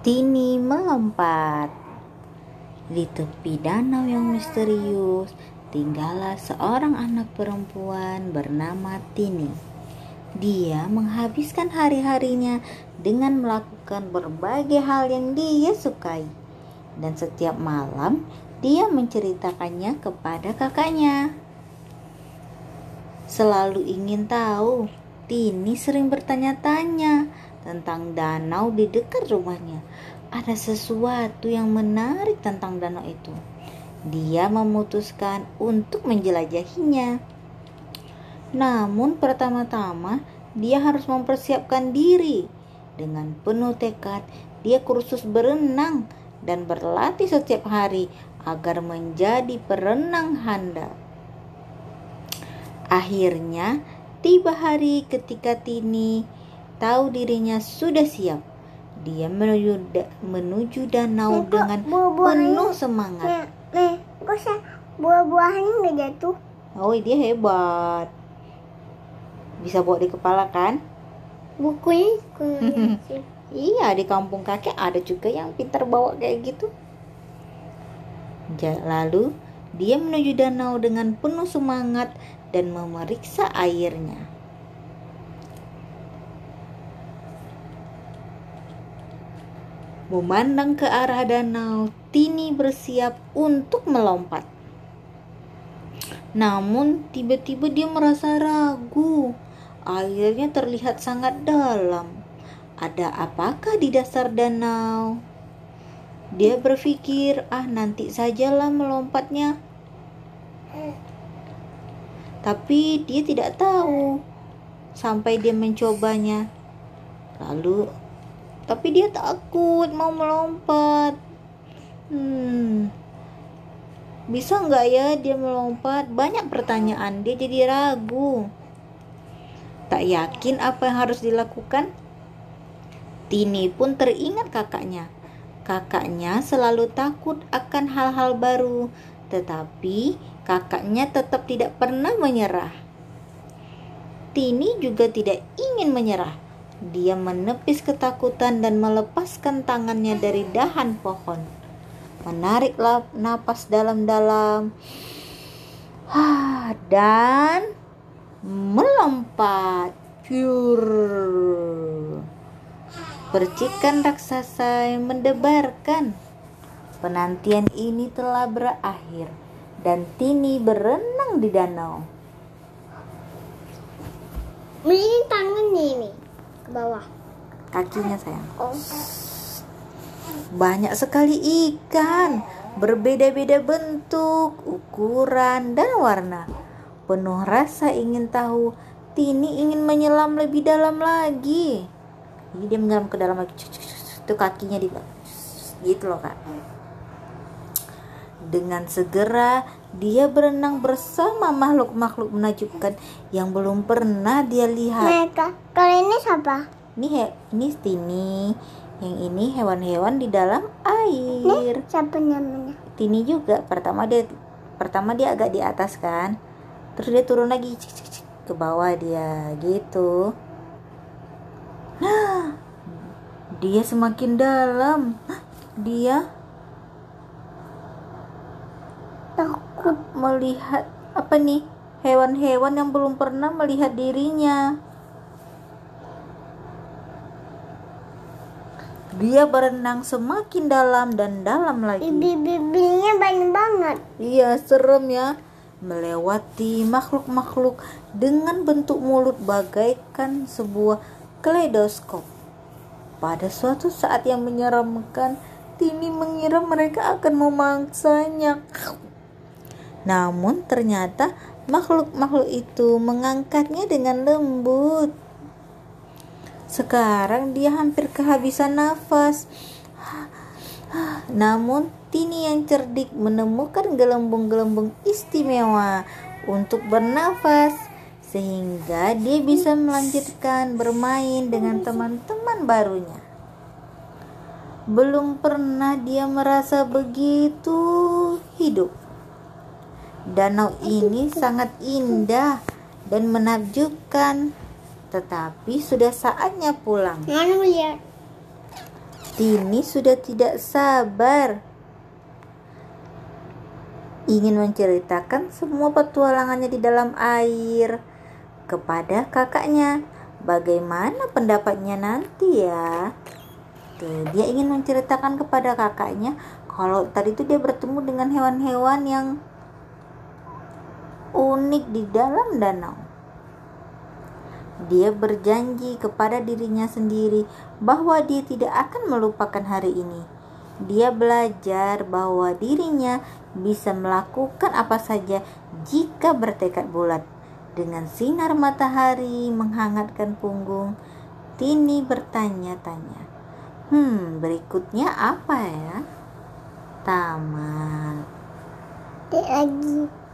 Tini melompat. Di tepi danau yang misterius, tinggallah seorang anak perempuan bernama Tini. Dia menghabiskan hari-harinya dengan melakukan berbagai hal yang dia sukai. Dan setiap malam, dia menceritakannya kepada kakaknya. Selalu ingin tahu, Tini sering bertanya-tanya tentang danau di dekat rumahnya. Ada sesuatu yang menarik tentang danau itu. Dia memutuskan untuk menjelajahinya. Namun pertama-tama dia harus mempersiapkan diri. Dengan penuh tekad, dia kursus berenang dan berlatih setiap hari agar menjadi perenang handal. Akhirnya tiba hari ketika Tini tahu dirinya sudah siap. Dia menuju danau dengan penuh semangat. Kok buah-buahannya nggak jatuh? Oh, dia hebat. Bisa bawa di kepala kan? Bukunya Iya, di kampung kakek ada juga yang pintar bawa kayak gitu. Lalu dia menuju danau dengan penuh semangat dan memeriksa airnya. Memandang ke arah danau, Tini bersiap untuk melompat. Namun tiba-tiba dia merasa ragu. Airnya terlihat sangat dalam. Ada apakah di dasar danau? Dia berpikir, nanti sajalah melompatnya. Tapi dia tidak tahu sampai dia mencobanya. Tapi dia takut mau melompat. Bisa nggak ya dia melompat? Banyak pertanyaan, dia jadi ragu. Tak yakin apa yang harus dilakukan. Tini pun teringat kakaknya. Kakaknya selalu takut akan hal-hal baru, tetapi kakaknya tetap tidak pernah menyerah. Tini juga tidak ingin menyerah. Dia menepis ketakutan dan melepaskan tangannya dari dahan pohon. Menarik napas dalam-dalam. Dan melompat. Percikan raksasa yang mendebarkan. Penantian ini telah berakhir dan Tini berenang di danau. Ini tangannya ini ke bawah. Kakinya sayang. Banyak sekali ikan, berbeda-beda bentuk, ukuran, dan warna. Penuh rasa ingin tahu, Tini ingin menyelam lebih dalam lagi. Jadi dia menyelam ke dalam lagi. Itu kakinya di bawah. Gitu loh kak. Dengan segera dia berenang bersama makhluk-makhluk menakjubkan yang belum pernah dia lihat. Mereka, kalau ini siapa? Ini Tini. Yang ini hewan-hewan di dalam air. Siapa namanya? Tini juga. Pertama dia agak di atas kan. Terus dia turun lagi ke bawah dia gitu. Dia semakin dalam. Dia takut melihat hewan-hewan yang belum pernah melihat dirinya. Dia berenang semakin dalam dan dalam lagi. Bibirnya banyak banget. Iya, serem ya. Melewati makhluk-makhluk dengan bentuk mulut bagaikan sebuah kaleidoskop. Pada suatu saat yang menyeramkan, Tini mengira mereka akan memangsanya. Namun ternyata makhluk-makhluk itu mengangkatnya dengan lembut. Sekarang dia hampir kehabisan nafas. Namun Tini yang cerdik menemukan gelembung-gelembung istimewa untuk bernafas, sehingga dia bisa melanjutkan bermain dengan teman-teman barunya. Belum pernah dia merasa begitu hidup. Danau ini sangat indah dan menakjubkan. Tetapi sudah saatnya pulang. Mana melihat? Tini sudah tidak sabar ingin menceritakan semua petualangannya di dalam air kepada kakaknya. Bagaimana pendapatnya nanti ya? Tuh, dia ingin menceritakan kepada kakaknya kalau tadi itu dia bertemu dengan hewan-hewan yang unik di dalam danau. Dia berjanji kepada dirinya sendiri bahwa dia tidak akan melupakan hari ini. Dia belajar bahwa dirinya bisa melakukan apa saja jika bertekad bulat. Dengan sinar matahari menghangatkan punggung, Tini bertanya-tanya, berikutnya apa ya? Tamat. Lagi.